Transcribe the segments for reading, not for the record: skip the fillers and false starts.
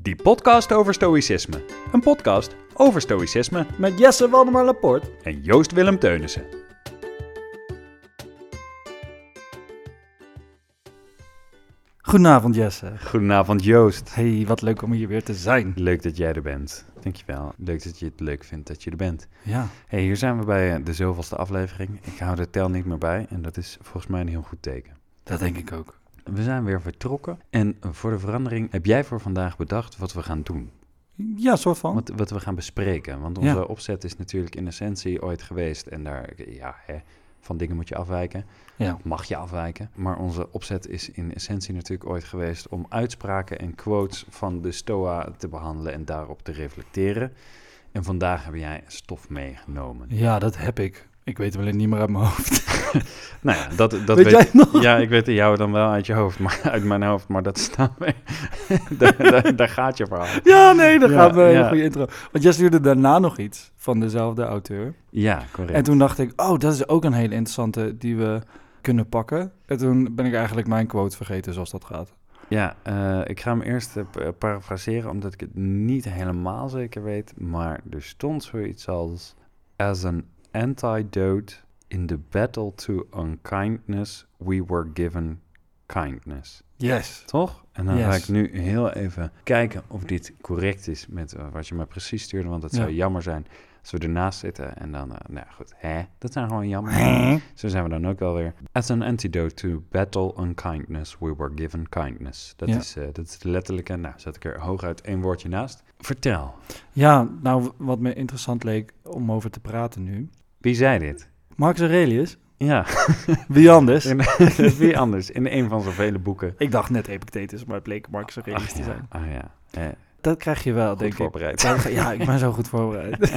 Die podcast over stoïcisme. Een podcast over stoïcisme Met Jesse Waldemar Laporte. en Joost Willem Teunissen. Goedenavond Jesse. Goedenavond Joost. Hey, wat leuk om hier weer te zijn. Leuk dat jij er bent. Dankjewel. Leuk dat je het leuk vindt dat je er bent. Ja, Hey, hier zijn we bij de zoveelste aflevering. Ik hou de tel niet meer bij en dat is volgens mij een heel goed teken. dat denk ik ook. We zijn weer vertrokken en voor de verandering heb jij voor vandaag bedacht wat we gaan doen. Ja, soort van. Wat we gaan bespreken. Want onze opzet is natuurlijk in essentie ooit geweest. En daar, van dingen moet je afwijken. Ja. Mag je afwijken. Maar onze opzet is in essentie natuurlijk ooit geweest om uitspraken en quotes van de Stoa te behandelen en daarop te reflecteren. En vandaag heb jij stof meegenomen. Ja, dat heb ik. Ik weet het alleen niet meer uit mijn hoofd. Nou ja, dat Weet jij het nog? Ja, ik weet het jou dan wel uit je hoofd, maar uit mijn hoofd. Maar dat staat mee. daar gaat je verhaal. Ja, nee, dat Ja, gaat een hele ja. goede intro. Want jij stuurde daarna nog iets van dezelfde auteur. Ja, correct. En toen dacht ik, oh, dat is ook een hele interessante die we kunnen pakken. En toen ben ik eigenlijk mijn quote vergeten zoals dat gaat. Ja, ik ga hem eerst parafraseren, omdat ik het niet helemaal zeker weet. Maar er stond zoiets als: As an antidote in the battle to unkindness, we were given kindness. Yes. Toch? En dan Yes. ga ik nu heel even kijken of dit correct is met wat je me precies stuurde. Want het zou jammer zijn als we ernaast zitten en dan, nou goed, dat zijn gewoon jammer. Zo zijn we dan ook alweer. As an antidote to battle unkindness, we were given kindness. Dat is de letterlijke. Nou, zet ik er hooguit één woordje naast. Vertel. Ja, nou, wat me interessant leek om over te praten nu. Wie zei dit? Marcus Aurelius. Ja, Wie anders? wie anders? In een van zijn vele boeken. Ik dacht net Epictetus, maar het bleek Marcus Aurelius te zijn. Ja. Dat krijg je wel, Goed denk voorbereid. ik. Ja, ik ben zo goed voorbereid.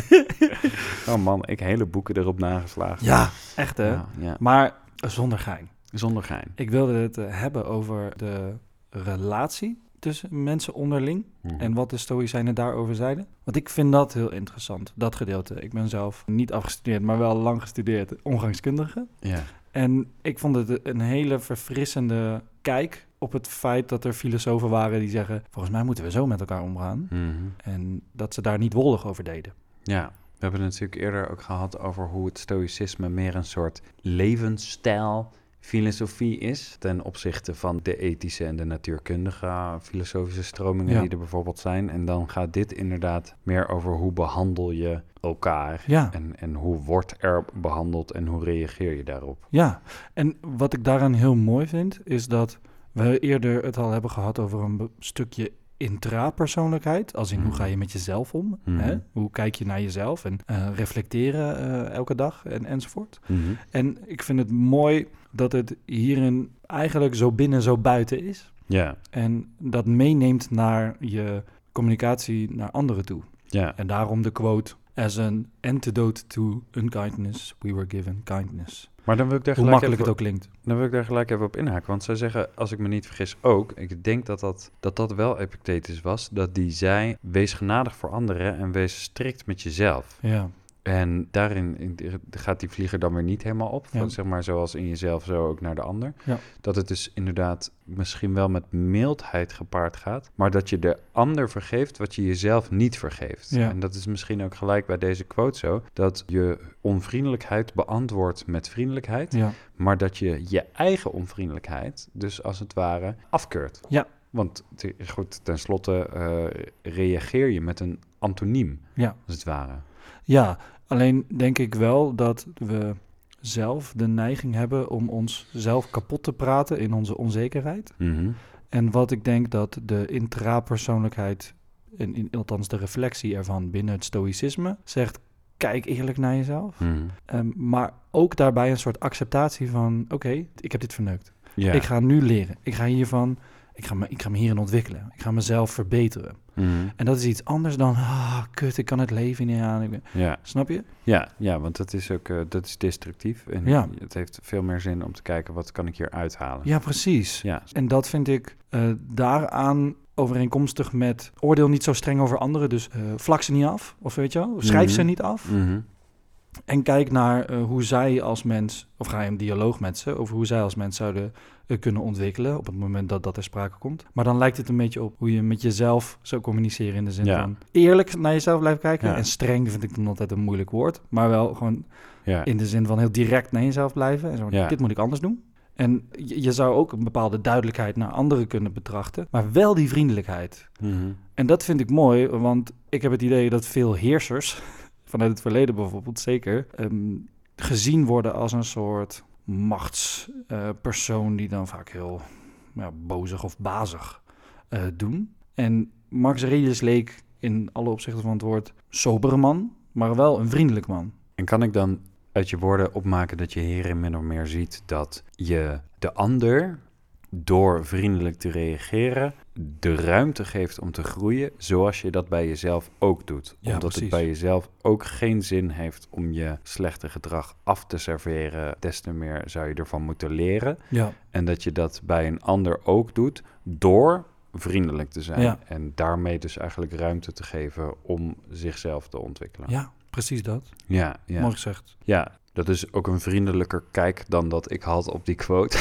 Oh man, ik hele boeken erop nageslagen. Ja, echt hè? Ja. Maar zonder gein. Zonder gein. Ik wilde het hebben over de relatie tussen mensen onderling. En wat de Stoïcijnen daarover zeiden. Want ik vind dat heel interessant, dat gedeelte. Ik ben zelf niet afgestudeerd, maar wel lang gestudeerd omgangskundige. Ja. En ik vond het een hele verfrissende kijk op het feit dat er filosofen waren die zeggen: volgens mij moeten we zo met elkaar omgaan. En dat ze daar niet wollig over deden. Ja, we hebben het natuurlijk eerder ook gehad over hoe het stoïcisme meer een soort levensstijl filosofie is ten opzichte van de ethische en de natuurkundige filosofische stromingen die er bijvoorbeeld zijn. En dan gaat dit inderdaad meer over hoe behandel je elkaar en hoe wordt er behandeld en hoe reageer je daarop. Ja, en wat ik daaraan heel mooi vind is dat we eerder het al hebben gehad over een stukje intrapersoonlijkheid, als in hoe ga je met jezelf om, hè? Hoe kijk je naar jezelf en reflecteren elke dag enzovoort. En ik vind het mooi dat het hierin eigenlijk zo binnen zo buiten is. Ja. En dat meeneemt naar je communicatie naar anderen toe. Ja. En daarom de quote: as an antidote to unkindness, we were given kindness. Maar dan wil ik daar Hoe makkelijk het ook klinkt. Dan wil ik daar gelijk even op inhaken. Want zij zeggen, als ik me niet vergis ook, ik denk dat wel Epictetus was, dat die zei: wees genadig voor anderen en wees strikt met jezelf. Ja. En daarin gaat die vlieger dan weer niet helemaal op. Ja. Zeg maar zoals in jezelf, zo ook naar de ander. Ja. Dat het dus inderdaad misschien wel met mildheid gepaard gaat, maar dat je de ander vergeeft wat je jezelf niet vergeeft. Ja. En dat is misschien ook gelijk bij deze quote zo, dat je onvriendelijkheid beantwoordt met vriendelijkheid, Ja. maar dat je je eigen onvriendelijkheid dus als het ware afkeurt. Ja. Want goed, tenslotte reageer je met een antoniem, Ja. als het ware. Ja, alleen denk ik wel dat we zelf de neiging hebben om ons zelf kapot te praten in onze onzekerheid. En wat ik denk dat de intrapersoonlijkheid, althans de reflectie ervan binnen het stoïcisme, zegt: kijk eerlijk naar jezelf. Maar ook daarbij een soort acceptatie van: oké, ik heb dit verneukt. Ja. Ik ga nu leren. Ik ga me hierin ontwikkelen. Ik ga mezelf verbeteren. En dat is iets anders dan: kut, ik kan het leven niet aan. Ja. Snap je? Ja, want dat is ook dat is destructief. En het heeft veel meer zin om te kijken, wat kan ik hier uithalen? Ja, precies. Ja. En dat vind ik daaraan overeenkomstig met: oordeel niet zo streng over anderen, dus vlak ze niet af. Of weet je wel, schrijf ze niet af. En kijk naar hoe zij als mens, of ga je een dialoog met ze, over hoe zij als mens zouden kunnen ontwikkelen op het moment dat dat ter sprake komt. Maar dan lijkt het een beetje op hoe je met jezelf zou communiceren in de zin van eerlijk naar jezelf blijven kijken. Ja. En streng vind ik dan altijd een moeilijk woord, maar wel gewoon in de zin van heel direct naar jezelf blijven. En zo, dit moet ik anders doen. En je zou ook een bepaalde duidelijkheid naar anderen kunnen betrachten, maar wel die vriendelijkheid. Mm-hmm. En dat vind ik mooi, want ik heb het idee dat veel heersers, vanuit het verleden bijvoorbeeld zeker, gezien worden als een soort machtspersoon die dan vaak heel bozig of bazig doen. En Marcus Aurelius leek in alle opzichten van het woord sobere man, maar wel een vriendelijk man. En kan ik dan uit je woorden opmaken dat je hierin min of meer ziet dat je de ander, door vriendelijk te reageren, de ruimte geeft om te groeien, zoals je dat bij jezelf ook doet. Ja, omdat het bij jezelf ook geen zin heeft om je slechte gedrag af te serveren. Des te meer zou je ervan moeten leren. Ja. En dat je dat bij een ander ook doet door vriendelijk te zijn. Ja. En daarmee dus eigenlijk ruimte te geven om zichzelf te ontwikkelen. Ja, precies dat. Ja. Mooi gezegd. Ja. Dat is ook een vriendelijker kijk dan dat ik had op die quote.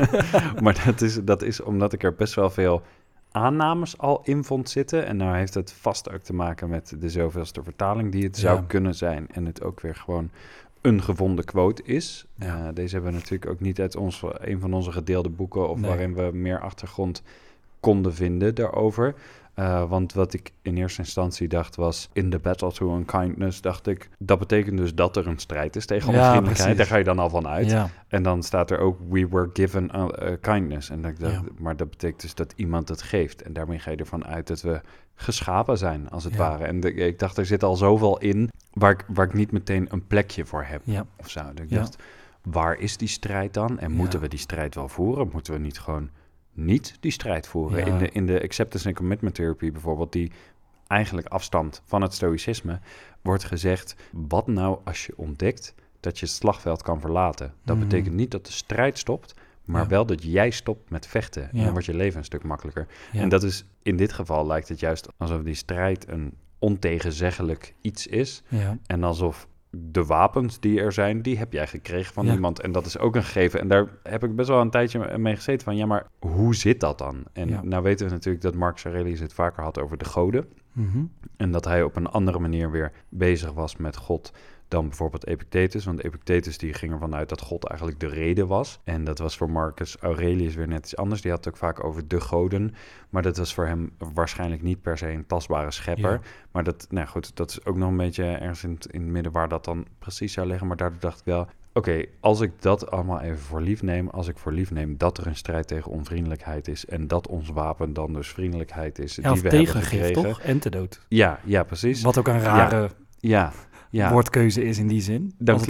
Maar dat is omdat ik er best wel veel aannames al in vond zitten. En nou heeft het vast ook te maken met de zoveelste vertaling die het zou kunnen zijn. En het ook weer gewoon een gevonden quote is. Ja. Deze hebben we natuurlijk ook niet uit een van onze gedeelde boeken, of waarin we meer achtergrond konden vinden daarover. Want wat ik in eerste instantie dacht was, in the battle to unkindness, dacht ik, dat betekent dus dat er een strijd is tegen onvriendelijkheid. Precies. Daar ga je dan al van uit. Ja. En dan staat er ook, we were given kindness. En maar dat betekent dus dat iemand het geeft. En daarmee ga je ervan uit dat we geschapen zijn, als het ware. En ik dacht, er zit al zoveel in waar ik niet meteen een plekje voor heb. Ja. Of zo. Ik dacht, waar is die strijd dan? En moeten we die strijd wel voeren? Moeten we niet gewoon niet die strijd voeren? Ja. In de acceptance and commitment therapy bijvoorbeeld, die eigenlijk afstamt van het stoïcisme, wordt gezegd, wat nou als je ontdekt dat je het slagveld kan verlaten? Dat betekent niet dat de strijd stopt, maar wel dat jij stopt met vechten. En dan wordt je leven een stuk makkelijker. Ja. En dat is, in dit geval lijkt het juist alsof die strijd een ontegenzeggelijk iets is. Ja. En alsof de wapens die er zijn, die heb jij gekregen van iemand. En dat is ook een gegeven. En daar heb ik best wel een tijdje mee gezeten van, ja, maar hoe zit dat dan? En nou weten we natuurlijk dat Marcus Aurelius het vaker had over de goden. Mm-hmm. En dat hij op een andere manier weer bezig was met God dan bijvoorbeeld Epictetus. Want Epictetus die ging ervan uit dat God eigenlijk de reden was. En dat was voor Marcus Aurelius weer net iets anders. Die had het ook vaak over de goden. Maar dat was voor hem waarschijnlijk niet per se een tastbare schepper. Ja. Maar dat is ook nog een beetje ergens in het midden waar dat dan precies zou liggen. Maar daardoor dacht ik wel, oké, als ik dat allemaal even voor lief neem, als ik voor lief neem dat er een strijd tegen onvriendelijkheid is en dat ons wapen dan dus vriendelijkheid is, die we hebben gekregen. Toch? Antidote. Ja, precies. Wat ook een rare woordkeuze is in die zin. Dan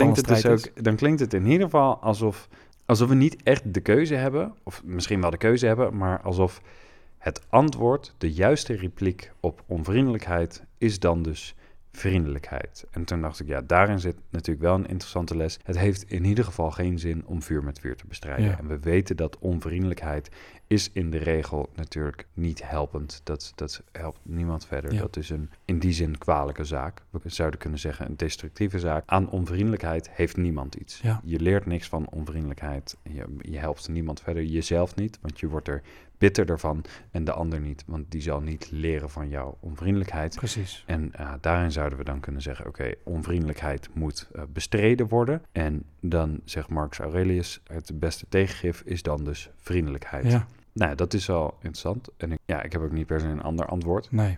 klinkt het in ieder geval alsof we niet echt de keuze hebben, of misschien wel de keuze hebben, maar alsof het antwoord, de juiste repliek op onvriendelijkheid, is dan dus vriendelijkheid. En toen dacht ik, daarin zit natuurlijk wel een interessante les. Het heeft in ieder geval geen zin om vuur met vuur te bestrijden. Ja. En we weten dat onvriendelijkheid is in de regel natuurlijk niet helpend. Dat helpt niemand verder. Ja. Dat is in die zin kwalijke zaak. We zouden kunnen zeggen een destructieve zaak. Aan onvriendelijkheid heeft niemand iets. Ja. Je leert niks van onvriendelijkheid. Je helpt niemand verder, jezelf niet, want je wordt er bitter ervan en de ander niet, want die zal niet leren van jouw onvriendelijkheid. Precies. En daarin zouden we dan kunnen zeggen, oké, onvriendelijkheid moet bestreden worden. En dan zegt Marcus Aurelius, het beste tegengif is dan dus vriendelijkheid. Ja. Nou, dat is al interessant. En ik heb ook niet per se een ander antwoord. Nee.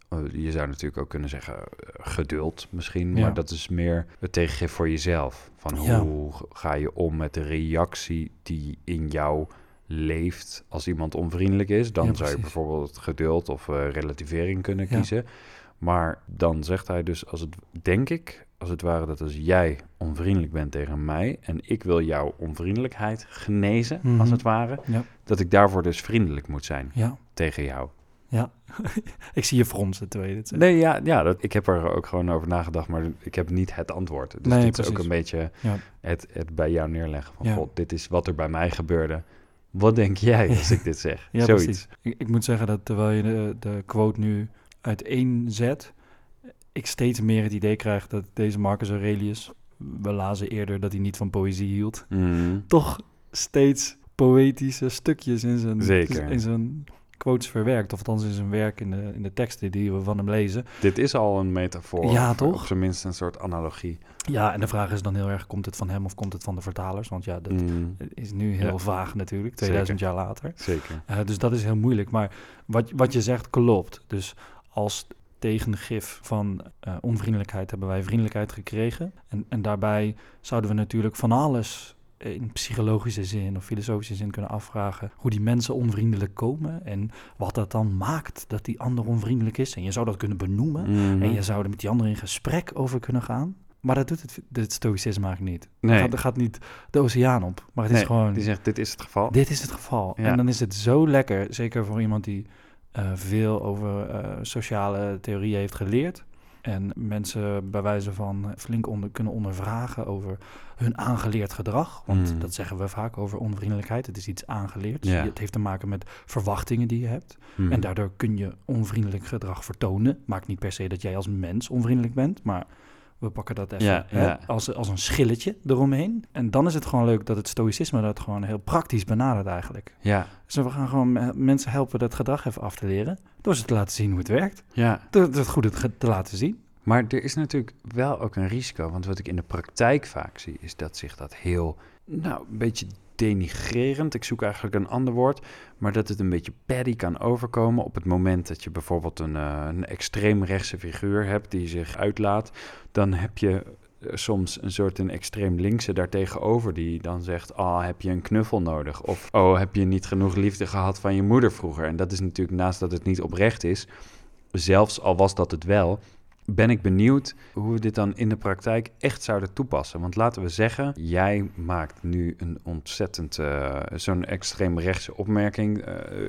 Je zou natuurlijk ook kunnen zeggen geduld misschien, maar dat is meer het tegengif voor jezelf. Van hoe ga je om met de reactie die in jou leeft als iemand onvriendelijk is, dan zou je bijvoorbeeld geduld of relativering kunnen kiezen. Maar dan zegt hij dus, als het ware dat als jij onvriendelijk bent tegen mij en ik wil jouw onvriendelijkheid genezen, als het ware, dat ik daarvoor dus vriendelijk moet zijn tegen jou. Ja, ik zie je fronsen terwijl je dit zegt. Nee, ik heb er ook gewoon over nagedacht, maar ik heb niet het antwoord. Dus dit is ook een beetje het bij jou neerleggen van, God, dit is wat er bij mij gebeurde. Wat denk jij als ik dit zeg? Ja, zoiets. Ik moet zeggen dat terwijl je de quote nu uiteenzet, ik steeds meer het idee krijg dat deze Marcus Aurelius we lazen eerder dat hij niet van poëzie hield. Toch steeds poëtische stukjes in zijn quotes verwerkt. Of althans in zijn werk in de teksten die we van hem lezen. Dit is al een metafoor. Ja, toch? Op zijn minst een soort analogie. Ja, en de vraag is dan heel erg, komt het van hem of komt het van de vertalers? Want ja, dat is nu heel vaag natuurlijk, 2000 jaar later. Zeker. Dus dat is heel moeilijk. Maar wat je zegt klopt. Dus als tegengif van onvriendelijkheid hebben wij vriendelijkheid gekregen. En daarbij zouden we natuurlijk van alles in psychologische zin of filosofische zin kunnen afvragen hoe die mensen onvriendelijk komen en wat dat dan maakt dat die ander onvriendelijk is. En je zou dat kunnen benoemen en je zou er met die ander in gesprek over kunnen gaan. Maar dat doet het stoïcisme eigenlijk niet. Nee. Er gaat niet de oceaan op, maar het is gewoon... Die zegt, dit is het geval. Dit is het geval. Ja. En dan is het zo lekker, zeker voor iemand die veel over sociale theorieën heeft geleerd en mensen bij wijze van flink kunnen ondervragen over hun aangeleerd gedrag. Want dat zeggen we vaak over onvriendelijkheid. Het is iets aangeleerd. Ja. Het heeft te maken met verwachtingen die je hebt. En daardoor kun je onvriendelijk gedrag vertonen. Maakt niet per se dat jij als mens onvriendelijk bent, maar we pakken dat even als een schilletje eromheen. En dan is het gewoon leuk dat het stoïcisme dat gewoon heel praktisch benadert eigenlijk. Ja. Dus we gaan gewoon mensen helpen dat gedrag even af te leren, door ze te laten zien hoe het werkt. Ja. Door het goed te laten zien. Maar er is natuurlijk wel ook een risico, want wat ik in de praktijk vaak zie, is dat zich dat heel, een beetje denigrerend, ik zoek eigenlijk een ander woord, maar dat het een beetje paddy kan overkomen op het moment dat je bijvoorbeeld een extreemrechtse figuur hebt die zich uitlaat, dan heb je soms een extreem linkse daartegenover die dan zegt, heb je een knuffel nodig? Of, heb je niet genoeg liefde gehad van je moeder vroeger? En dat is natuurlijk, naast dat het niet oprecht is, zelfs al was dat het wel, ben ik benieuwd hoe we dit dan in de praktijk echt zouden toepassen. Want laten we zeggen, jij maakt nu een ontzettend zo'n extreem rechtse opmerking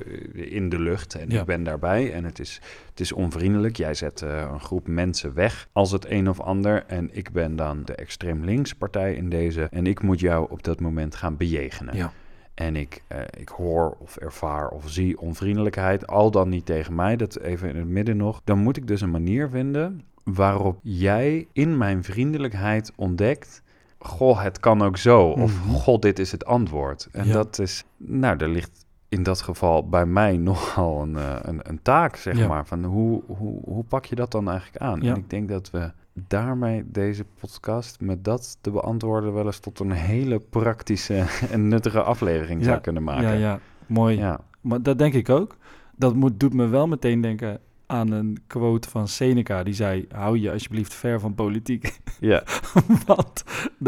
in de lucht. En ik ben daarbij en het is onvriendelijk. Jij zet een groep mensen weg als het een of ander. En ik ben dan de extreem links partij in deze. En ik moet jou op dat moment gaan bejegenen. Ja. En ik hoor of ervaar of zie onvriendelijkheid, al dan niet tegen mij, dat even in het midden nog. Dan moet ik dus een manier vinden waarop jij in mijn vriendelijkheid ontdekt, goh, het kan ook zo. Of goh, dit is het antwoord. En dat is, er ligt in dat geval bij mij nogal een taak, zeg maar. Van hoe pak je dat dan eigenlijk aan? Ja. En ik denk dat we daarmee deze podcast met dat te beantwoorden wel eens tot een hele praktische en nuttige aflevering zou kunnen maken. Ja, mooi. Ja. Maar dat denk ik ook. Dat doet me wel meteen denken aan een quote van Seneca. Die zei, hou je alsjeblieft ver van politiek. Ja. Want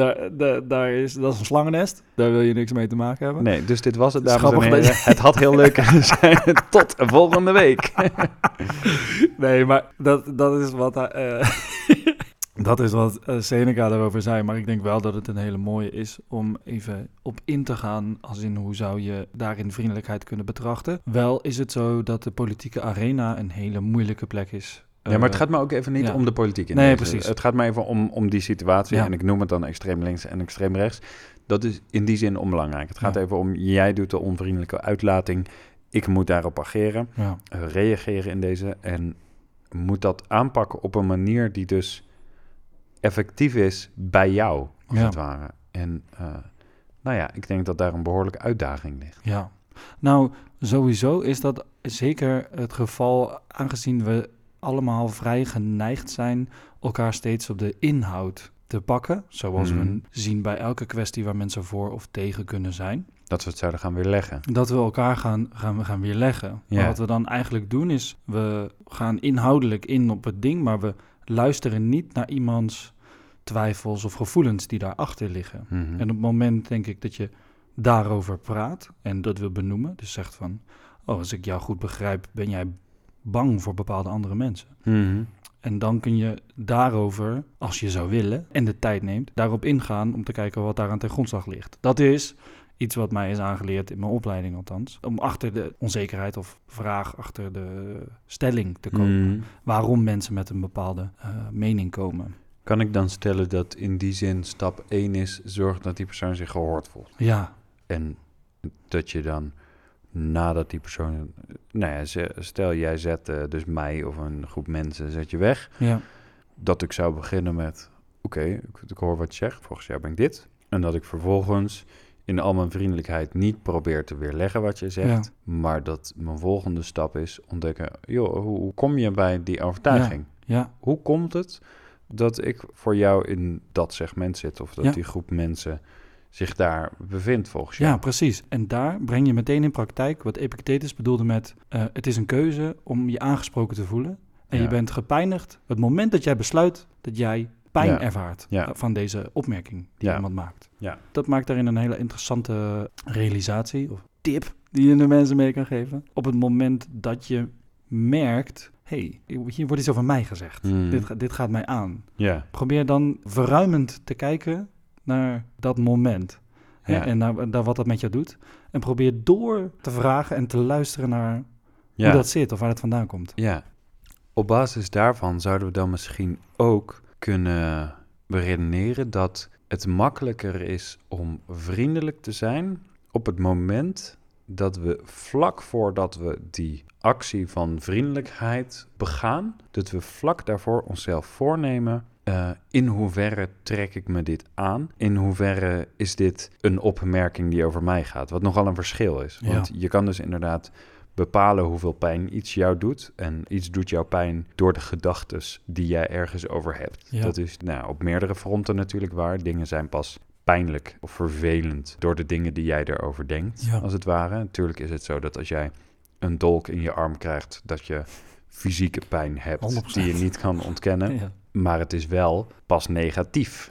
dat is een slangennest. Daar wil je niks mee te maken hebben. Nee, dus dit was het, dames en heren. Het had heel leuk kunnen zijn. Tot volgende week. Nee, maar dat is wat... Dat is wat Seneca daarover zei, maar ik denk wel dat het een hele mooie is om even op in te gaan, als in hoe zou je daarin vriendelijkheid kunnen betrachten. Wel is het zo dat de politieke arena een hele moeilijke plek is. Ja, maar het gaat me ook even niet om de politiek in deze. Precies. Het gaat me even om die situatie, en ik noem het dan extreem links en extreem rechts. Dat is in die zin onbelangrijk. Het gaat even om, jij doet de onvriendelijke uitlating, ik moet daarop ageren, reageren in deze en moet dat aanpakken op een manier die dus effectief is bij jou, als het ware. En ik denk dat daar een behoorlijke uitdaging ligt. Ja, nou, sowieso is dat zeker het geval, aangezien we allemaal vrij geneigd zijn elkaar steeds op de inhoud te pakken, zoals we zien bij elke kwestie waar mensen voor of tegen kunnen zijn. Dat we het zouden gaan weerleggen. Dat we elkaar gaan weerleggen. Ja. Maar wat we dan eigenlijk doen is, we gaan inhoudelijk in op het ding, maar we luisteren niet naar iemands twijfels of gevoelens die daarachter liggen. En op het moment denk ik dat je daarover praat en dat wil benoemen, dus zegt van, als ik jou goed begrijp, ben jij bang voor bepaalde andere mensen. En dan kun je daarover, als je zou willen en de tijd neemt, daarop ingaan om te kijken wat daaraan ten grondslag ligt. Dat is iets wat mij is aangeleerd in mijn opleiding althans. Om achter de onzekerheid of vraag achter de stelling te komen. Waarom mensen met een bepaalde mening komen. Kan ik dan stellen dat in die zin stap 1 is, zorg dat die persoon zich gehoord voelt? Ja. En dat je dan nadat die persoon... stel jij zet dus mij of een groep mensen zet je weg. Ja. Dat ik zou beginnen met... oké, ik hoor wat je zegt, volgens jou ben ik dit. En dat ik vervolgens in al mijn vriendelijkheid niet probeer te weerleggen wat je zegt, maar dat mijn volgende stap is ontdekken, joh, hoe kom je bij die overtuiging? Ja. Hoe komt het dat ik voor jou in dat segment zit of dat die groep mensen zich daar bevindt volgens jou? Ja, precies. En daar breng je meteen in praktijk wat Epictetus bedoelde met het is een keuze om je aangesproken te voelen. En je bent gepijnigd het moment dat jij besluit dat jij pijn ervaart van deze opmerking die iemand maakt. Ja. Dat maakt daarin een hele interessante realisatie of tip die je de mensen mee kan geven. Op het moment dat je merkt, hey, hier wordt iets over mij gezegd. Dit gaat mij aan. Yeah. Probeer dan verruimend te kijken naar dat moment. En naar wat dat met jou doet. En probeer door te vragen en te luisteren naar hoe dat zit of waar het vandaan komt. Ja. Op basis daarvan zouden we dan misschien ook kunnen beredeneren dat het makkelijker is om vriendelijk te zijn op het moment dat we vlak voordat we die actie van vriendelijkheid begaan, dat we vlak daarvoor onszelf voornemen, in hoeverre trek ik me dit aan? In hoeverre is dit een opmerking die over mij gaat? Wat nogal een verschil is. Want je kan dus inderdaad bepalen hoeveel pijn iets jou doet. En iets doet jou pijn door de gedachtes die jij ergens over hebt. Ja. Dat is op meerdere fronten natuurlijk waar. Dingen zijn pas pijnlijk of vervelend door de dingen die jij erover denkt, als het ware. Natuurlijk is het zo dat als jij een dolk in je arm krijgt, dat je fysieke pijn hebt 100%. Die je niet kan ontkennen. Ja. Maar het is wel pas negatief,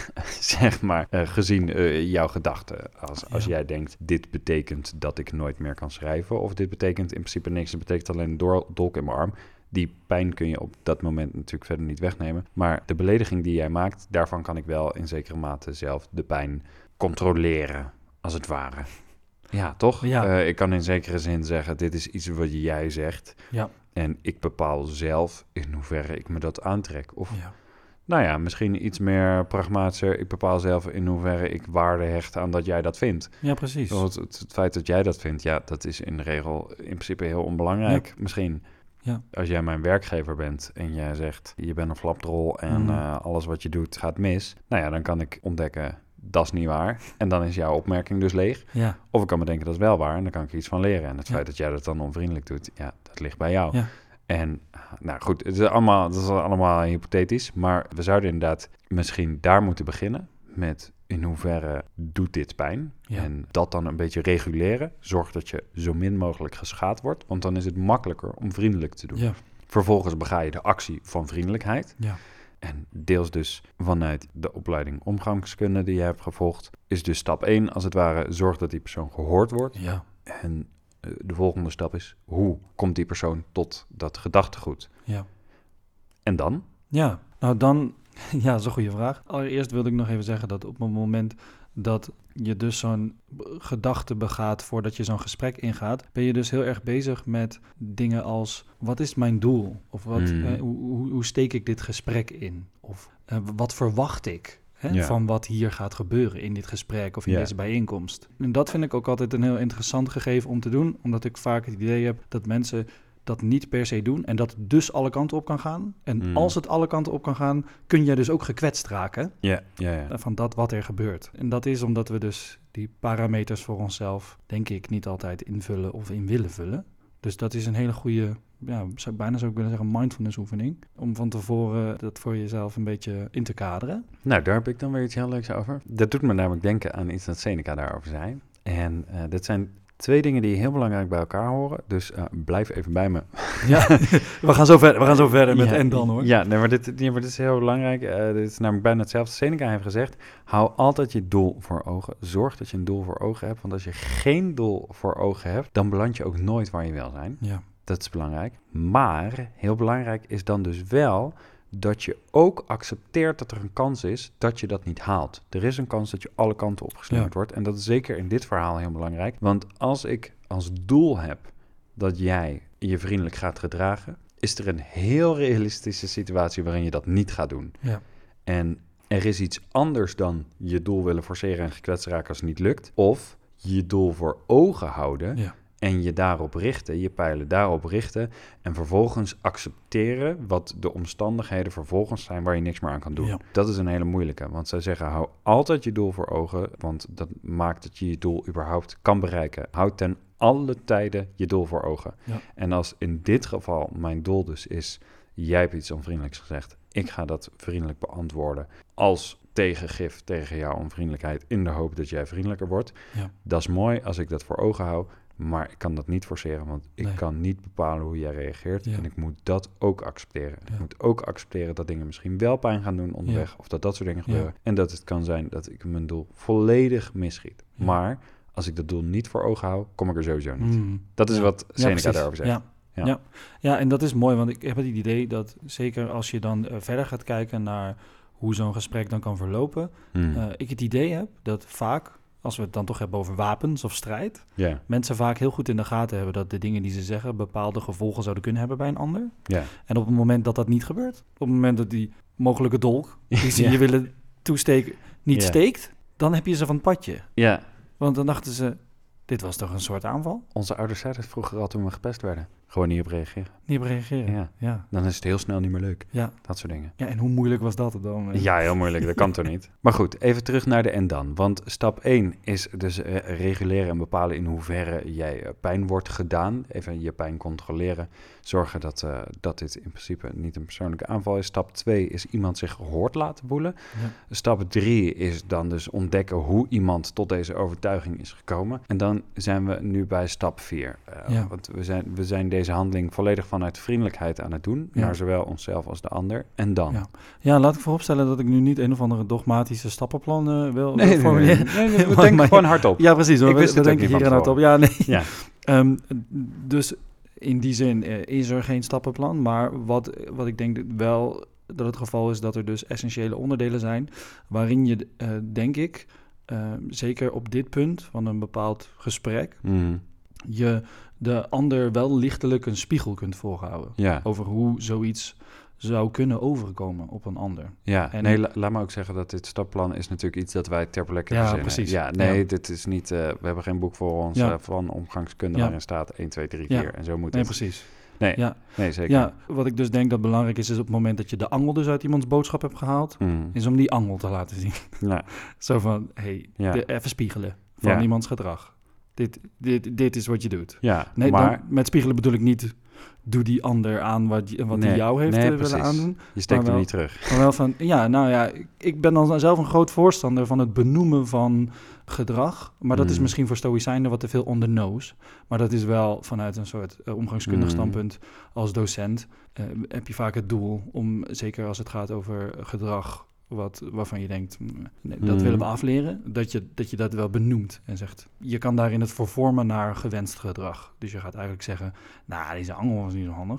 zeg maar, gezien jouw gedachten. Als jij denkt, dit betekent dat ik nooit meer kan schrijven, of dit betekent in principe niks, het betekent alleen een dolk in mijn arm. Die pijn kun je op dat moment natuurlijk verder niet wegnemen. Maar de belediging die jij maakt, daarvan kan ik wel in zekere mate zelf de pijn controleren, als het ware. Ja, toch? Ja. Ik kan in zekere zin zeggen, dit is iets wat jij zegt. Ja. En ik bepaal zelf in hoeverre ik me dat aantrek. Of, misschien iets meer pragmatischer. Ik bepaal zelf in hoeverre ik waarde hecht aan dat jij dat vindt. Ja, precies. Het feit dat jij dat vindt, dat is in principe heel onbelangrijk. Misschien. Ja. Als jij mijn werkgever bent en jij zegt, je bent een flapdrol en alles wat je doet gaat mis. Dan kan ik ontdekken, dat is niet waar. En dan is jouw opmerking dus leeg. Ja. Of ik kan me denken, dat is wel waar en dan kan ik er iets van leren. En het feit dat jij dat dan onvriendelijk doet, dat ligt bij jou. Ja. En goed, het is allemaal hypothetisch. Maar we zouden inderdaad misschien daar moeten beginnen met in hoeverre doet dit pijn? Ja. En dat dan een beetje reguleren. Zorg dat je zo min mogelijk geschaad wordt. Want dan is het makkelijker om vriendelijk te doen. Ja. Vervolgens bega je de actie van vriendelijkheid. Ja. En deels dus vanuit de opleiding omgangskunde die je hebt gevolgd, is dus stap 1 als het ware, zorg dat die persoon gehoord wordt. Ja. En de volgende stap is, hoe komt die persoon tot dat gedachtegoed? Ja. En dan? Ja, nou dan, dat is een goede vraag. Allereerst wilde ik nog even zeggen dat op het moment dat je dus zo'n gedachte begaat voordat je zo'n gesprek ingaat, ben je dus heel erg bezig met dingen als, wat is mijn doel? Of hoe steek ik dit gesprek in? Of wat verwacht ik van wat hier gaat gebeuren in dit gesprek of in deze bijeenkomst? En dat vind ik ook altijd een heel interessant gegeven om te doen, omdat ik vaak het idee heb dat mensen dat niet per se doen en dat dus alle kanten op kan gaan. En als het alle kanten op kan gaan, kun je dus ook gekwetst raken van dat wat er gebeurt. En dat is omdat we dus die parameters voor onszelf, denk ik, niet altijd invullen of in willen vullen. Dus dat is een hele goede, zou ik willen zeggen, mindfulness oefening. Om van tevoren dat voor jezelf een beetje in te kaderen. Nou, daar heb ik dan weer iets heel leuks over. Dat doet me namelijk denken aan iets dat Seneca daarover zei. En dat zijn 2 dingen die heel belangrijk bij elkaar horen. Dus blijf even bij me. Ja, we gaan zo verder met en dan hoor. Ja, maar dit is heel belangrijk. Dit is namelijk bijna hetzelfde. Seneca heeft gezegd, hou altijd je doel voor ogen. Zorg dat je een doel voor ogen hebt. Want als je geen doel voor ogen hebt, dan beland je ook nooit waar je wil zijn. Ja. Dat is belangrijk. Maar heel belangrijk is dan dus wel dat je ook accepteert dat er een kans is dat je dat niet haalt. Er is een kans dat je alle kanten opgeslingerd wordt. En dat is zeker in dit verhaal heel belangrijk. Want als ik als doel heb dat jij je vriendelijk gaat gedragen, is er een heel realistische situatie waarin je dat niet gaat doen. Ja. En er is iets anders dan je doel willen forceren en gekwetst raken als het niet lukt. Of je doel voor ogen houden en je daarop richten, je pijlen daarop richten en vervolgens accepteren wat de omstandigheden vervolgens zijn waar je niks meer aan kan doen. Ja. Dat is een hele moeilijke, want zij zeggen hou altijd je doel voor ogen, want dat maakt dat je je doel überhaupt kan bereiken. Houd ten alle tijden je doel voor ogen. Ja. En als in dit geval mijn doel dus is, jij hebt iets onvriendelijks gezegd, ik ga dat vriendelijk beantwoorden als tegengif tegen jouw onvriendelijkheid in de hoop dat jij vriendelijker wordt. Ja. Dat is mooi als ik dat voor ogen hou, maar ik kan dat niet forceren, want ik kan niet bepalen hoe jij reageert en ik moet dat ook accepteren. Ja. Ik moet ook accepteren dat dingen misschien wel pijn gaan doen onderweg of dat soort dingen gebeuren. En dat het kan zijn dat ik mijn doel volledig misschiet. Ja. Maar als ik dat doel niet voor ogen hou, kom ik er sowieso niet. Dat is wat Seneca daarover zegt. Ja, en dat is mooi, want ik heb het idee dat zeker als je dan verder gaat kijken naar hoe zo'n gesprek dan kan verlopen, ik het idee heb dat vaak, als we het dan toch hebben over wapens of strijd, mensen vaak heel goed in de gaten hebben dat de dingen die ze zeggen bepaalde gevolgen zouden kunnen hebben bij een ander. En op het moment dat dat niet gebeurt, op het moment dat die mogelijke dolk die ze je willen toesteken niet steekt, dan heb je ze van het padje. Want dan dachten ze, dit was toch een soort aanval? Onze ouders zeiden het vroeger al toen we gepest werden. Gewoon niet op reageren. Niet op reageren, ja. Dan is het heel snel niet meer leuk. Ja. Dat soort dingen. Ja, en hoe moeilijk was dat dan? Ja, heel moeilijk. Dat kan toch niet? Maar goed, even terug naar de en dan. Want stap 1 is dus reguleren en bepalen in hoeverre jij pijn wordt gedaan. Even je pijn controleren. Zorgen dat dit in principe niet een persoonlijke aanval is. Stap 2 is iemand zich gehoord laten voelen. Ja. Stap 3 is dan dus ontdekken hoe iemand tot deze overtuiging is gekomen. En dan zijn we nu bij stap 4. Want we zijn deze handeling volledig vanuit vriendelijkheid aan het doen, naar zowel onszelf als de ander. En dan? Ja, laat ik vooropstellen dat ik nu niet een of andere dogmatische stappenplan wil formuleren. Nee, we denken gewoon hardop. Ja, precies. Hoor. We denken hier hardop. Ja, nee. Ja. Dus in die zin is er geen stappenplan, maar wat ik denk wel dat het geval is dat er dus essentiële onderdelen zijn, waarin je, denk ik, zeker op dit punt van een bepaald gesprek, je de ander wel lichtelijk een spiegel kunt voorhouden over hoe zoiets zou kunnen overkomen op een ander. Ja, en laat me ook zeggen dat dit stappenplan is natuurlijk iets dat wij ter plekke verzinnen. Precies. Ja, dit is niet, we hebben geen boek voor ons van omgangskunde waarin staat 1, 2, 3, 4 en zo moet het. Nee, precies. Nee, zeker. Ja, wat ik dus denk dat belangrijk is op het moment dat je de angel dus uit iemands boodschap hebt gehaald, is om die angel te laten zien. Ja. Zo van, even spiegelen van iemands gedrag. Dit is wat je doet. Ja, nee, maar met spiegelen bedoel ik niet, doe die ander aan wat die jou heeft willen aandoen. Je steekt hem niet terug. Maar wel van, ik ben dan zelf een groot voorstander van het benoemen van gedrag. Maar dat is misschien voor stoïcijnen wat te veel on the nose. Maar dat is wel vanuit een soort omgangskundig standpunt als docent. Heb je vaak het doel om, zeker als het gaat over gedrag, waarvan je denkt, dat willen we afleren, dat je dat wel benoemt en zegt, je kan daarin het vervormen naar gewenst gedrag. Dus je gaat eigenlijk zeggen, deze angel was niet zo handig.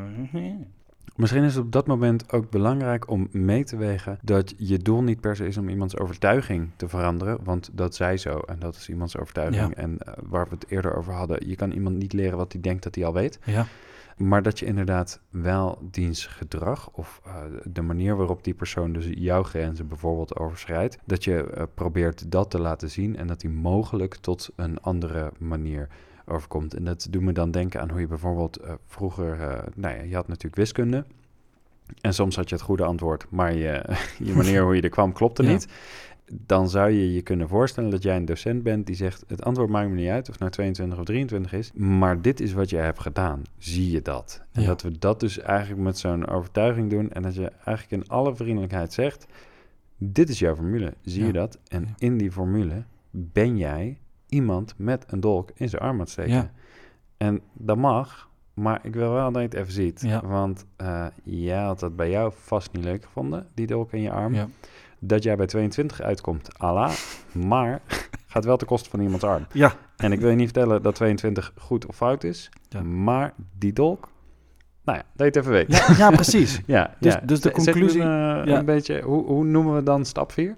Misschien is het op dat moment ook belangrijk om mee te wegen dat je doel niet per se is om iemands overtuiging te veranderen, want dat zij zo en dat is iemands overtuiging. Ja. En waar we het eerder over hadden, je kan iemand niet leren wat hij denkt dat hij al weet. Ja. Maar dat je inderdaad wel diens gedrag of de manier waarop die persoon dus jouw grenzen bijvoorbeeld overschrijdt, dat je probeert dat te laten zien en dat die mogelijk tot een andere manier overkomt. En dat doet me dan denken aan hoe je bijvoorbeeld vroeger, je had natuurlijk wiskunde en soms had je het goede antwoord, maar je manier hoe je er kwam klopte niet. Dan zou je je kunnen voorstellen dat jij een docent bent die zegt, het antwoord maakt me niet uit of het nou 22 of 23 is, maar dit is wat jij hebt gedaan. Zie je dat? En dat we dat dus eigenlijk met zo'n overtuiging doen en dat je eigenlijk in alle vriendelijkheid zegt, dit is jouw formule, zie je dat? En in die formule ben jij iemand met een dolk in zijn arm aan het steken. Ja. En dat mag, maar ik wil wel dat je het even ziet. Ja. Want jij had dat bij jou vast niet leuk gevonden, die dolk in je arm. Ja. Dat jij bij 22 uitkomt, Allah, maar gaat wel ten koste van iemands arm. Ja. En ik wil je niet vertellen dat 22 goed of fout is, maar die dolk, dat je het even weet. Ja, precies. Dus de conclusie... een beetje, hoe noemen we dan stap 4?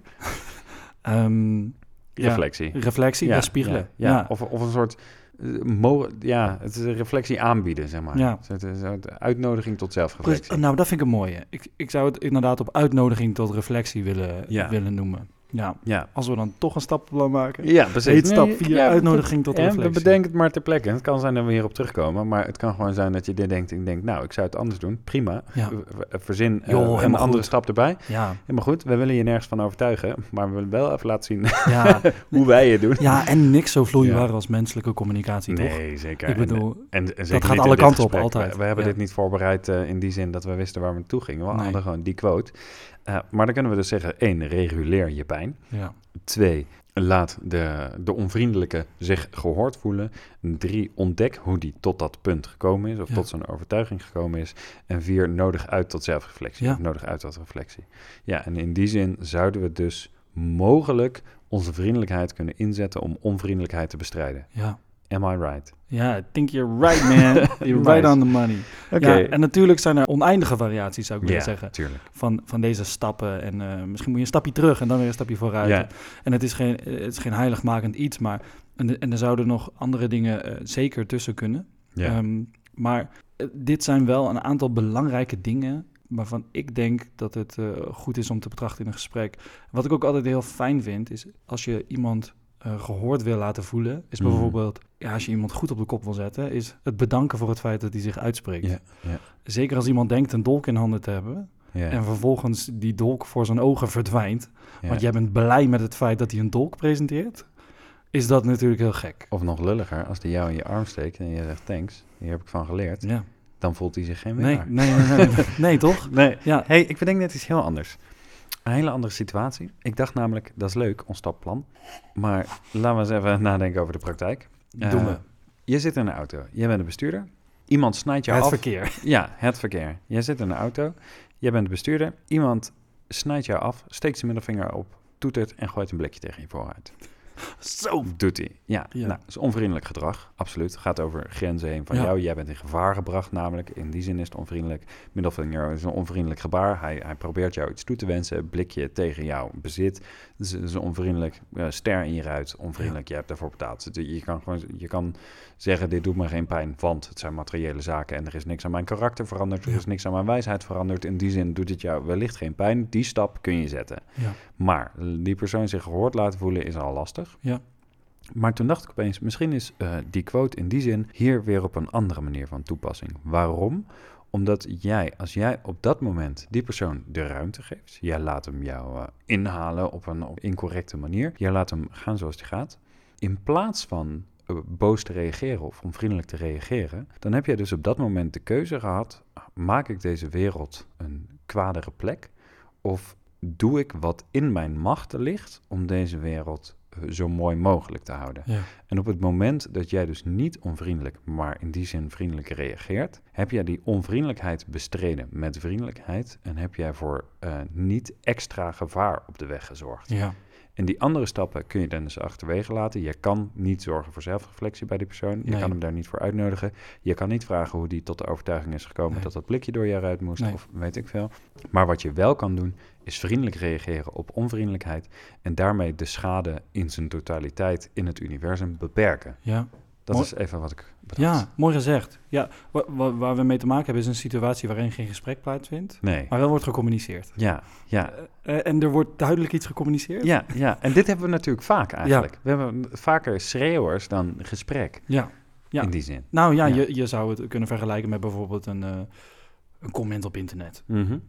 Reflectie, spiegelen. Ja. Of een soort... het is een reflectie aanbieden, zeg maar. Ja. Het is een uitnodiging tot zelfreflectie. Dat vind ik een mooie. Ik zou het inderdaad op uitnodiging tot reflectie willen noemen. Ja, als we dan toch een stappenplan maken. Ja, precies. Heet stap 4, uitnodiging tot reflectie. We bedenken het maar ter plekke. Het kan zijn dat we hierop terugkomen, maar het kan gewoon zijn dat je dit denkt. Ik denk, nou, ik zou het anders doen. Prima. Ja. Verzin een andere stap erbij. Ja. Helemaal goed. We willen je nergens van overtuigen, maar we willen wel even laten zien hoe wij het doen. Ja, en niks zo vloeibaar als menselijke communicatie, toch? Nee, zeker. Ik bedoel, en zeker dat gaat alle kanten op, altijd. We hebben dit niet voorbereid in die zin dat we wisten waar we naartoe gingen. We hadden gewoon die quote. Maar dan kunnen we dus zeggen, 1, reguleer je pijn. Ja. 2, laat de onvriendelijke zich gehoord voelen. 3, ontdek hoe die tot dat punt gekomen is, of tot zo'n overtuiging gekomen is. En 4, nodig uit tot zelfreflectie. Ja. Of nodig uit tot reflectie. Ja, en in die zin zouden we dus mogelijk onze vriendelijkheid kunnen inzetten om onvriendelijkheid te bestrijden. Ja. Am I right? Ja, I think you're right, man. You're right on the money. Okay. Ja, en natuurlijk zijn er oneindige variaties, zou ik willen zeggen. Tuurlijk. Van deze stappen. En misschien moet je een stapje terug en dan weer een stapje vooruit. Ja. En het is geen heiligmakend iets, maar... En er zouden nog andere dingen zeker tussen kunnen. Ja. Maar dit zijn wel een aantal belangrijke dingen... waarvan ik denk dat het goed is om te betrachten in een gesprek. Wat ik ook altijd heel fijn vind, is als je iemand... gehoord wil laten voelen, is bijvoorbeeld... als je iemand goed op de kop wil zetten... is het bedanken voor het feit dat hij zich uitspreekt. Ja. Zeker als iemand denkt een dolk in handen te hebben... en vervolgens die dolk voor zijn ogen verdwijnt... want jij bent blij met het feit dat hij een dolk presenteert... is dat natuurlijk heel gek. Of nog lulliger, als hij jou in je arm steekt... en je zegt thanks, hier heb ik van geleerd... dan voelt hij zich geen winnaar. Nee, toch? Nee. Ja. Hey, ik bedenk net iets heel anders... Een hele andere situatie. Ik dacht namelijk, dat is leuk, ons stapplan. Maar laten we eens even nadenken over de praktijk. Doen we. Je zit in een auto. Jij bent de bestuurder. Iemand snijdt jou af. Het verkeer. Ja, het verkeer. Jij zit in een auto. Jij bent de bestuurder. Iemand snijdt jou af, steekt zijn middelvinger op, toetert en gooit een blikje tegen je vooruit. Zo doet hij. Ja. Nou, dat is onvriendelijk gedrag, absoluut. Het gaat over grenzen heen van jou. Jij bent in gevaar gebracht namelijk. In die zin is het onvriendelijk. Middelvinger is een onvriendelijk gebaar. Hij probeert jou iets toe te wensen. Blikje tegen jouw bezit. Het is een onvriendelijk. Ster in je ruit. Onvriendelijk. Je hebt daarvoor betaald. Je kan zeggen, dit doet me geen pijn, want het zijn materiële zaken en er is niks aan mijn karakter veranderd. Er is niks aan mijn wijsheid veranderd. In die zin doet het jou wellicht geen pijn. Die stap kun je zetten. Ja. Maar die persoon zich gehoord laten voelen is al lastig. Ja. Maar toen dacht ik opeens, misschien is die quote in die zin hier weer op een andere manier van toepassing. Waarom? Omdat als jij op dat moment die persoon de ruimte geeft, jij laat hem jou inhalen op een incorrecte manier, jij laat hem gaan zoals hij gaat, in plaats van boos te reageren of onvriendelijk te reageren, dan heb jij dus op dat moment de keuze gehad, maak ik deze wereld een kwadere plek of doe ik wat in mijn macht ligt om deze wereld zo mooi mogelijk te houden. Ja. En op het moment dat jij dus niet onvriendelijk, maar in die zin vriendelijk reageert, heb jij die onvriendelijkheid bestreden met vriendelijkheid en heb jij voor niet extra gevaar op de weg gezorgd. Ja. En die andere stappen kun je dan dus achterwege laten. Je kan niet zorgen voor zelfreflectie bij die persoon. Je kan hem daar niet voor uitnodigen. Je kan niet vragen hoe die tot de overtuiging is gekomen dat blikje door je eruit moest of weet ik veel. Maar wat je wel kan doen, is vriendelijk reageren op onvriendelijkheid en daarmee de schade in zijn totaliteit in het universum beperken. Ja. Dat is even wat ik bedacht. Ja, mooi gezegd. Ja, waar we mee te maken hebben is een situatie waarin geen gesprek plaatsvindt. Nee. Maar wel wordt gecommuniceerd. Ja. En er wordt duidelijk iets gecommuniceerd. Ja. En dit hebben we natuurlijk vaak eigenlijk. Ja. We hebben vaker schreeuwers dan gesprek. Ja. In die zin. Nou ja, je zou het kunnen vergelijken met bijvoorbeeld een comment op internet. Mm-hmm.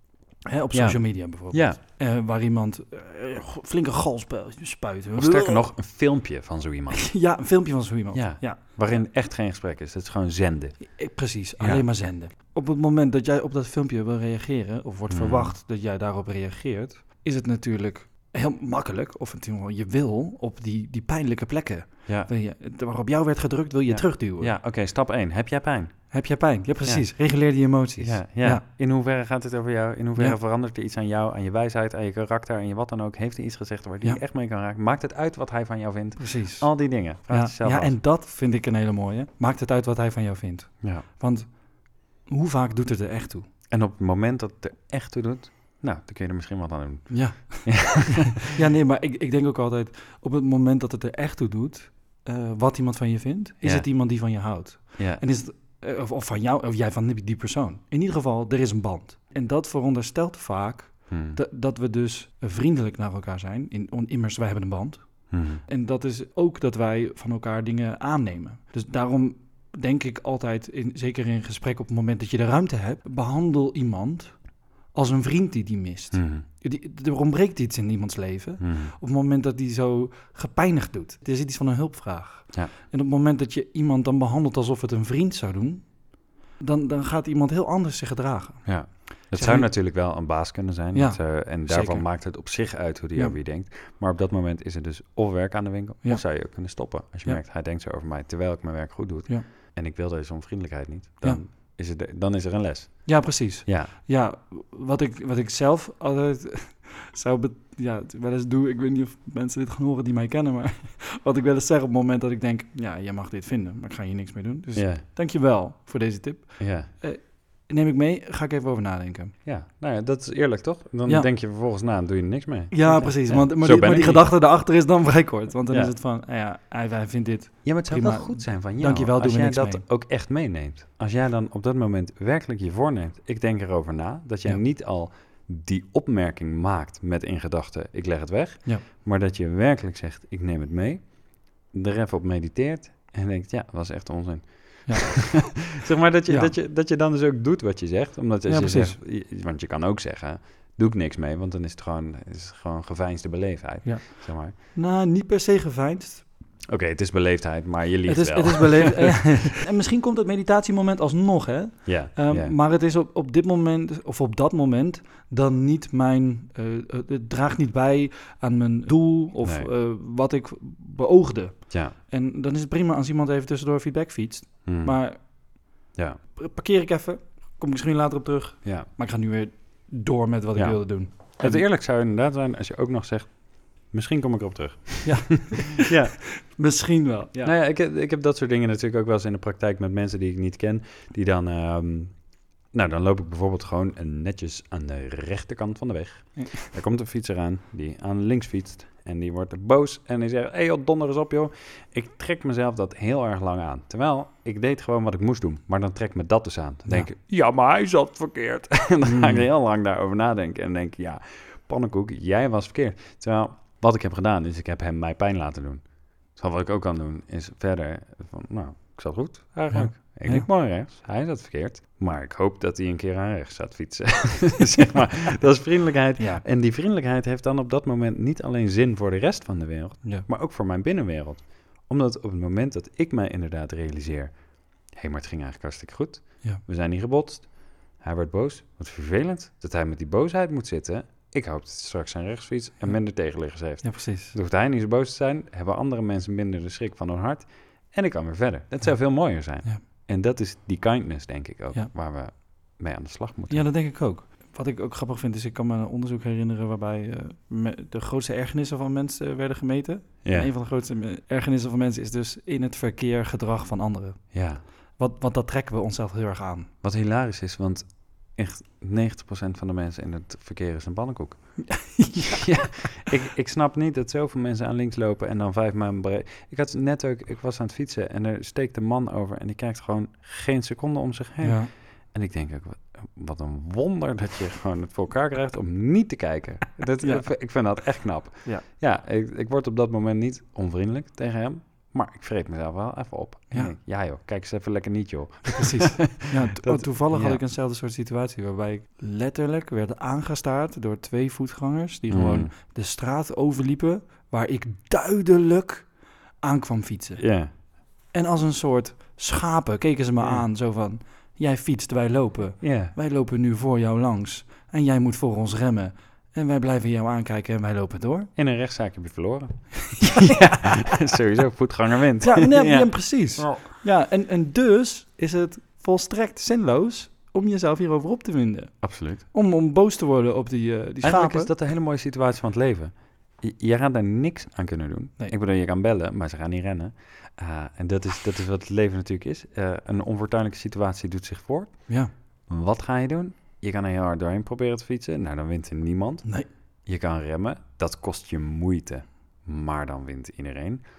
Op social media bijvoorbeeld. Ja. Waar iemand flinke gal spuit. Of sterker nog, een filmpje van zo iemand. Ja, een filmpje van zo iemand. Ja. Waarin echt geen gesprek is. Het is gewoon zenden. Precies, alleen maar zenden. Op het moment dat jij op dat filmpje wil reageren, of wordt verwacht dat jij daarop reageert, is het natuurlijk heel makkelijk, of je wil op die pijnlijke plekken. Ja. Waarop jou werd gedrukt, wil je terugduwen. Ja, oké, stap 1. Heb jij pijn? Heb jij pijn? Ja, precies. Ja. Reguleer die emoties. Ja. In hoeverre gaat het over jou? In hoeverre verandert er iets aan jou, aan je wijsheid, aan je karakter, aan je wat dan ook? Heeft hij iets gezegd waar hij echt mee kan raken? Maakt het uit wat hij van jou vindt? Precies. Al die dingen. Vraag jezelf af. En dat vind ik een hele mooie. Maakt het uit wat hij van jou vindt? Ja. Want hoe vaak doet het er echt toe? En op het moment dat het er echt toe doet, nou, dan kun je er misschien wat aan doen. Ja. Ja, nee, maar ik denk ook altijd, op het moment dat het er echt toe doet, wat iemand van je vindt, is het iemand die van je houdt. Ja. En is het, of van jou, of jij van die persoon. In ieder geval, er is een band. En dat veronderstelt vaak Dat we dus vriendelijk naar elkaar zijn. Immers, wij hebben een band. En dat is ook dat wij van elkaar dingen aannemen. Dus daarom denk ik altijd, zeker in gesprek op het moment dat je de ruimte hebt, behandel iemand als een vriend die mist. Er ontbreekt iets in iemands leven op het moment dat die zo gepijnigd doet. Er zit iets van een hulpvraag. Ja. En op het moment dat je iemand dan behandelt alsof het een vriend zou doen, dan gaat iemand heel anders zich gedragen. Ja. Het zou natuurlijk wel een baas kunnen zijn. Ja, en daarvan maakt het op zich uit hoe die over je denkt. Maar op dat moment is er dus of werk aan de winkel, of zou je ook kunnen stoppen. Als je merkt, hij denkt zo over mij, terwijl ik mijn werk goed doe. Ja. En ik wil deze onvriendelijkheid niet. Dan is er een les. Ja, precies. Ja, wat ik zelf altijd wel eens doe, ik weet niet of mensen dit gaan horen die mij kennen, maar wat ik wel eens zeg op het moment dat ik denk, jij mag dit vinden, maar ik ga hier niks mee doen. Dus dank je wel voor deze tip. Ja. Neem ik mee, ga ik even over nadenken. Ja, nou ja, dat is eerlijk, toch? Dan denk je vervolgens na en doe je er niks mee. Ja, precies. Ja. Maar die gedachte daarachter is dan vrij kort. Want dan is het van, hij vindt dit. Ja, maar het zou wel goed zijn van jou. Dankjewel, als jij dat ook echt meeneemt. Als jij dan op dat moment werkelijk je voorneemt, ik denk erover na, dat jij niet al die opmerking maakt met in gedachten, ik leg het weg. Ja. Maar dat je werkelijk zegt, ik neem het mee, er even op mediteert en denkt, dat was echt onzin. Ja. Zeg maar dat je dan dus ook doet wat je zegt. Omdat je zegt, want je kan ook zeggen, doe ik niks mee, want dan is het gewoon geveinsde beleefdheid. Ja. Zeg maar. Nou, niet per se geveinsd. Oké, het is beleefdheid, maar je liegt wel. Het is beleefdheid. En misschien komt het meditatiemoment alsnog, hè? Ja, maar het is op dit moment, of op dat moment, dan niet het draagt niet bij aan mijn doel of wat ik beoogde. Ja. En dan is het prima als iemand even tussendoor feedback fietst. Maar parkeer ik even, kom ik misschien later op terug. Ja. Maar ik ga nu weer door met wat ik wilde doen. Het eerlijk zou inderdaad zijn als je ook nog zegt, misschien kom ik erop terug. Ja, misschien wel. Ja. Nou ja, ik heb dat soort dingen natuurlijk ook wel eens in de praktijk met mensen die ik niet ken. Die dan, dan loop ik bijvoorbeeld gewoon netjes aan de rechterkant van de weg. Ja. Er komt een fietser aan die aan links fietst. En die wordt boos en die zegt, joh, donder eens op, joh. Ik trek mezelf dat heel erg lang aan. Terwijl, ik deed gewoon wat ik moest doen. Maar dan trek me dat dus aan. Dan denk ik, maar hij zat verkeerd. En dan ga ik heel lang daarover nadenken. En denk ik, pannenkoek, jij was verkeerd. Terwijl, wat ik heb gedaan, is ik heb hem mij pijn laten doen. Dus wat ik ook kan doen, is verder van, ik zat goed, eigenlijk. Ik liep mooi rechts, hij zat verkeerd. Maar ik hoop dat hij een keer aan rechts gaat fietsen. Zeg maar, dat is vriendelijkheid. Ja. En die vriendelijkheid heeft dan op dat moment niet alleen zin voor de rest van de wereld, maar ook voor mijn binnenwereld. Omdat op het moment dat ik mij inderdaad realiseer, maar het ging eigenlijk hartstikke goed. Ja. We zijn niet gebotst. Hij werd boos. Wat vervelend dat hij met die boosheid moet zitten. Ik hoop dat hij straks zijn rechtsfiets en minder tegenliggers heeft. Ja, precies. Dan hoeft hij niet zo boos te zijn. Hebben andere mensen minder de schrik van hun hart. En ik kan weer verder. Dat zou veel mooier zijn. Ja. En dat is die kindness, denk ik ook, waar we mee aan de slag moeten. Ja, dat denk ik ook. Wat ik ook grappig vind, is ik kan me een onderzoek herinneren waarbij de grootste ergernissen van mensen werden gemeten. Ja. En een van de grootste ergernissen van mensen is dus in het verkeer gedrag van anderen. Ja. Want dat trekken we onszelf heel erg aan. Wat hilarisch is, want echt 90% van de mensen in het verkeer is een pannenkoek. Ik snap niet dat zoveel mensen aan links lopen en dan 5 maanden breed. Ik was aan het fietsen en er steekt een man over en die kijkt gewoon geen seconde om zich heen. Ja. En ik denk ook, wat een wonder dat je gewoon het voor elkaar krijgt om niet te kijken. Ik vind dat echt knap. Ik word op dat moment niet onvriendelijk tegen hem. Maar ik vreet mezelf wel even op. Ja joh, kijk eens even lekker niet joh. Precies. Toevallig had ik eenzelfde soort situatie waarbij ik letterlijk werd aangestaard door 2 voetgangers die gewoon de straat overliepen waar ik duidelijk aan kwam fietsen. Yeah. En als een soort schapen keken ze me aan zo van, jij fietst, wij lopen. Yeah. Wij lopen nu voor jou langs en jij moet voor ons remmen. En wij blijven jou aankijken en wij lopen door. In een rechtszaak heb je verloren. Sowieso, voetganger wint. Ja, precies. Oh. Ja, en dus is het volstrekt zinloos om jezelf hierover op te winden. Absoluut. Om boos te worden op die schapen. Eigenlijk is dat een hele mooie situatie van het leven. Je gaat daar niks aan kunnen doen. Nee. Ik bedoel, je kan bellen, maar ze gaan niet rennen. En dat is wat het leven natuurlijk is. Een onfortuinlijke situatie doet zich voor. Ja. Wat ga je doen? Je kan er heel hard doorheen proberen te fietsen. Nou, dan wint er niemand. Nee. Je kan remmen. Dat kost je moeite. Maar dan wint iedereen.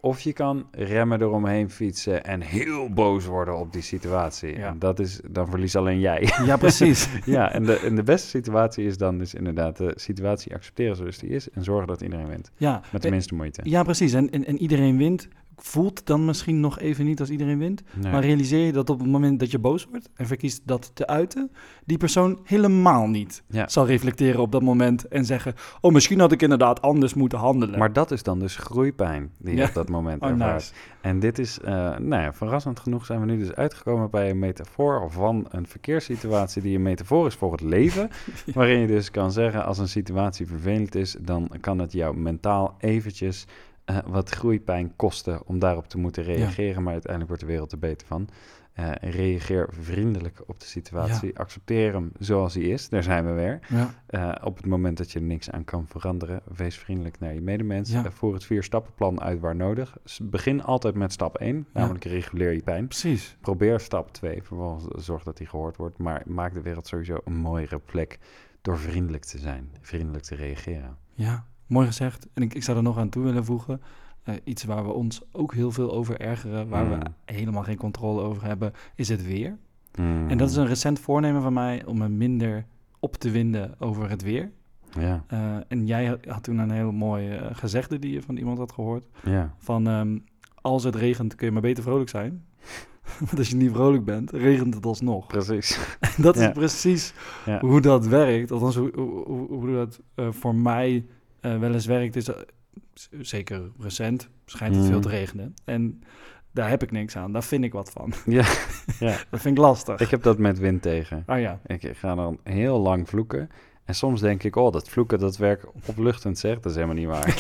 Of je kan remmen eromheen fietsen en heel boos worden op die situatie. Ja. En dan verlies alleen jij. Ja, precies. Ja, en de beste situatie is dan dus inderdaad de situatie accepteren zoals die is en zorgen dat iedereen wint. Ja. Met de minste moeite. Ja, precies. En iedereen wint. Voelt dan misschien nog even niet als iedereen wint. Nee. Maar realiseer je dat op het moment dat je boos wordt en verkiest dat te uiten, die persoon helemaal niet zal reflecteren op dat moment en zeggen, oh, misschien had ik inderdaad anders moeten handelen. Maar dat is dan dus groeipijn die je op dat moment ervaart. Nice. En dit is, verrassend genoeg zijn we nu dus uitgekomen bij een metafoor van een verkeerssituatie die een metafoor is voor het leven. Waarin je dus kan zeggen, als een situatie vervelend is, dan kan het jou mentaal eventjes wat groeipijn kosten om daarop te moeten reageren. Maar uiteindelijk wordt de wereld er beter van. Reageer vriendelijk op de situatie. Ja. Accepteer hem zoals hij is. Daar zijn we weer. Ja. Op het moment dat je er niks aan kan veranderen, wees vriendelijk naar je medemens. Ja. Voer het 4-stappenplan uit waar nodig. Begin altijd met stap 1, namelijk reguleer je pijn. Precies. Probeer stap 2, vervolgens zorg dat die gehoord wordt. Maar maak de wereld sowieso een mooiere plek door vriendelijk te zijn. Vriendelijk te reageren. Ja, mooi gezegd. En ik zou er nog aan toe willen voegen. Iets waar we ons ook heel veel over ergeren, waar we helemaal geen controle over hebben, is het weer. En dat is een recent voornemen van mij om me minder op te winden over het weer. Ja. En jij had toen een heel mooi gezegde die je van iemand had gehoord. Ja. Van als het regent kun je maar beter vrolijk zijn. Want als je niet vrolijk bent, regent het alsnog. Precies. Dat is precies hoe dat werkt. Althans, hoe dat voor mij wel eens werkt is... Zeker recent schijnt het veel te regenen. En daar heb ik niks aan. Daar vind ik wat van. Ja. Dat vind ik lastig. Ik heb dat met wind tegen. Oh ja. Ik ga dan heel lang vloeken. En soms denk ik, dat vloeken, dat werkt opluchtend, zeg. Dat is helemaal niet waar.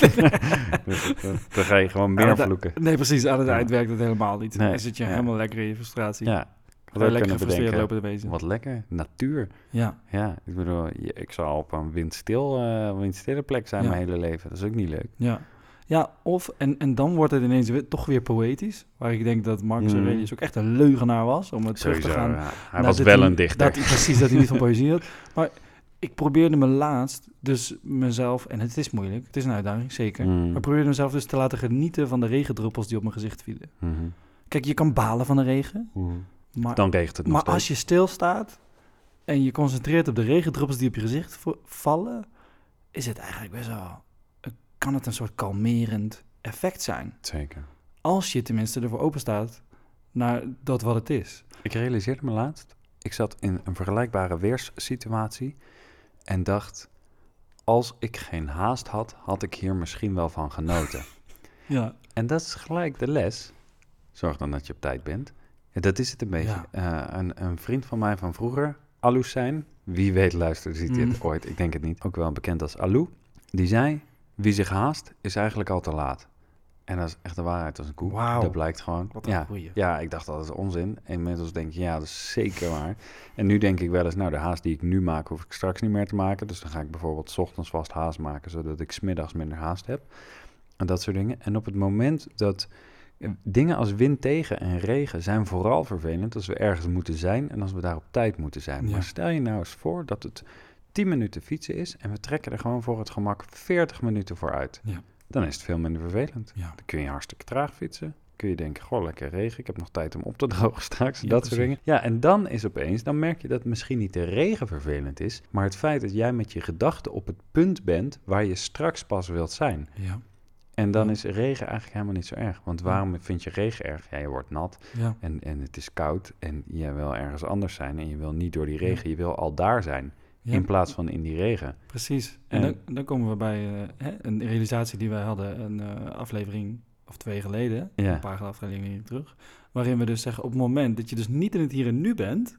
Dan ga je gewoon meer vloeken. Nee, precies. Aan het eind werkt het helemaal niet. Dan zit je helemaal lekker in je frustratie. Ja. Lekker gefrustreerd lopen te wezen. Wat lekker. Natuur. Ja. Ja, ik bedoel, ik zal op een windstille plek zijn mijn hele leven. Dat is ook niet leuk. Ja. Ja, en dan wordt het ineens toch weer poëtisch. Waar ik denk dat Marcus Aurelius ook echt een leugenaar was. Om het terug te gaan. Ja. Hij was wel een dichter. Precies, dat hij niet van poëzie had. Maar ik probeerde me laatst dus mezelf... En het is moeilijk, het is een uitdaging, zeker. Maar ik probeerde mezelf dus te laten genieten van de regendruppels die op mijn gezicht vielen. Kijk, je kan balen van de regen. Maar, dan regent het nog steeds. Als je stilstaat en je concentreert op de regendruppels die op je gezicht vallen, is het eigenlijk best wel... kan het een soort kalmerend effect zijn. Zeker. Als je tenminste ervoor open staat naar dat wat het is. Ik realiseerde me laatst, ik zat in een vergelijkbare weerssituatie en dacht, als ik geen haast had, had ik hier misschien wel van genoten. Ja. En dat is gelijk de les. Zorg dan dat je op tijd bent. Ja, dat is het een beetje. Ja. Een vriend van mij van vroeger, Alusijn, wie weet luistert, ziet hij het ooit, ik denk het niet, ook wel bekend als Alou, die zei, wie zich haast is eigenlijk al te laat. En dat is echt de waarheid als een koe. Wow. Dat blijkt gewoon. Wat een goeie. Ja, ik dacht dat is onzin. En inmiddels denk je, ja, dat is zeker waar. En nu denk ik wel eens, de haast die ik nu maak, hoef ik straks niet meer te maken. Dus dan ga ik bijvoorbeeld 's ochtends vast haast maken, zodat ik 's middags minder haast heb. En dat soort dingen. En op het moment dat dingen als wind tegen en regen zijn vooral vervelend als we ergens moeten zijn en als we daar op tijd moeten zijn. Ja. Maar stel je nou eens voor dat het 10 minuten fietsen is en we trekken er gewoon voor het gemak 40 minuten voor uit. Ja. Dan is het veel minder vervelend. Ja. Dan kun je hartstikke traag fietsen. Kun je denken, goh, lekker regen. Ik heb nog tijd om op te drogen straks. Ja, dat soort dingen. Ja, en dan is opeens, dan merk je dat misschien niet de regen vervelend is, maar het feit dat jij met je gedachten op het punt bent waar je straks pas wilt zijn. Ja. En dan is regen eigenlijk helemaal niet zo erg. Want waarom vind je regen erg? Ja, je wordt nat en het is koud en je wil ergens anders zijn en je wil niet door die regen, je wil al daar zijn. Ja. In plaats van in die regen. Precies. En dan komen we bij een realisatie die wij hadden een aflevering of 2 geleden. Ja. Een paar afleveringen terug. Waarin we dus zeggen, op het moment dat je dus niet in het hier en nu bent,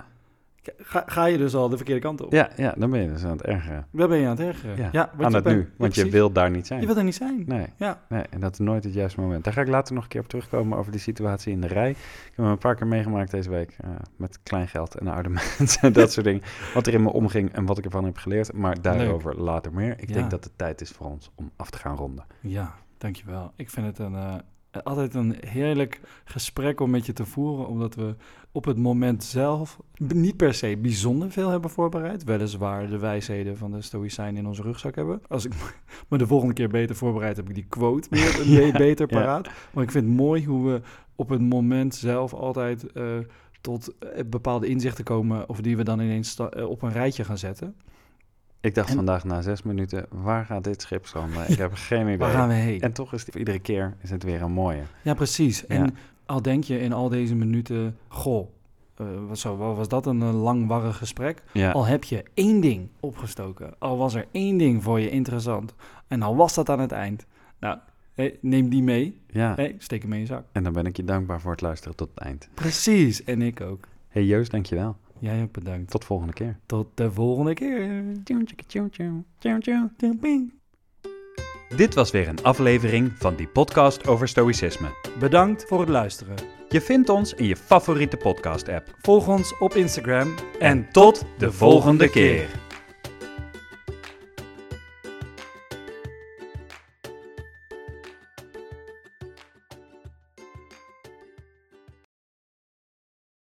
ga je dus al de verkeerde kant op. Ja, dan ben je dus aan het ergeren. Dan ben je aan het ergeren. Ja, aan het nu, want je wil daar niet zijn. Je wilt er niet zijn. Nee, en dat is nooit het juiste moment. Daar ga ik later nog een keer op terugkomen over die situatie in de rij. Ik heb hem een paar keer meegemaakt deze week met klein geld en oude mensen en dat soort dingen. Wat er in me omging en wat ik ervan heb geleerd. Maar daarover later meer. Ik denk dat het tijd is voor ons om af te gaan ronden. Ja, dankjewel. Ik vind het een Altijd een heerlijk gesprek om met je te voeren, omdat we op het moment zelf niet per se bijzonder veel hebben voorbereid. Weliswaar de wijsheden van de Stoïcijnen in onze rugzak hebben. Als ik me de volgende keer beter voorbereid, heb ik die quote weer beter paraat. Ja. Maar ik vind het mooi hoe we op het moment zelf altijd tot bepaalde inzichten komen, of die we dan ineens op een rijtje gaan zetten. Ik dacht vandaag na 6 minuten, waar gaat dit schip stranden? Ik heb geen idee. Waar gaan we heen? En toch is het iedere keer is het weer een mooie. Ja, precies. Ja. En al denk je in al deze minuten, wat was dat een langwarrig gesprek? Ja. Al heb je 1 ding opgestoken. Al was er 1 ding voor je interessant. En al was dat aan het eind. Nou, neem die mee. Ja. Steek hem in je zak. En dan ben ik je dankbaar voor het luisteren tot het eind. Precies, en ik ook. Hey Joost, dankjewel. Jij ook bedankt. Tot volgende keer. Tot de volgende keer. Dit was weer een aflevering van die podcast over stoïcisme. Bedankt voor het luisteren. Je vindt ons in je favoriete podcast-app. Volg ons op Instagram. En tot de volgende keer.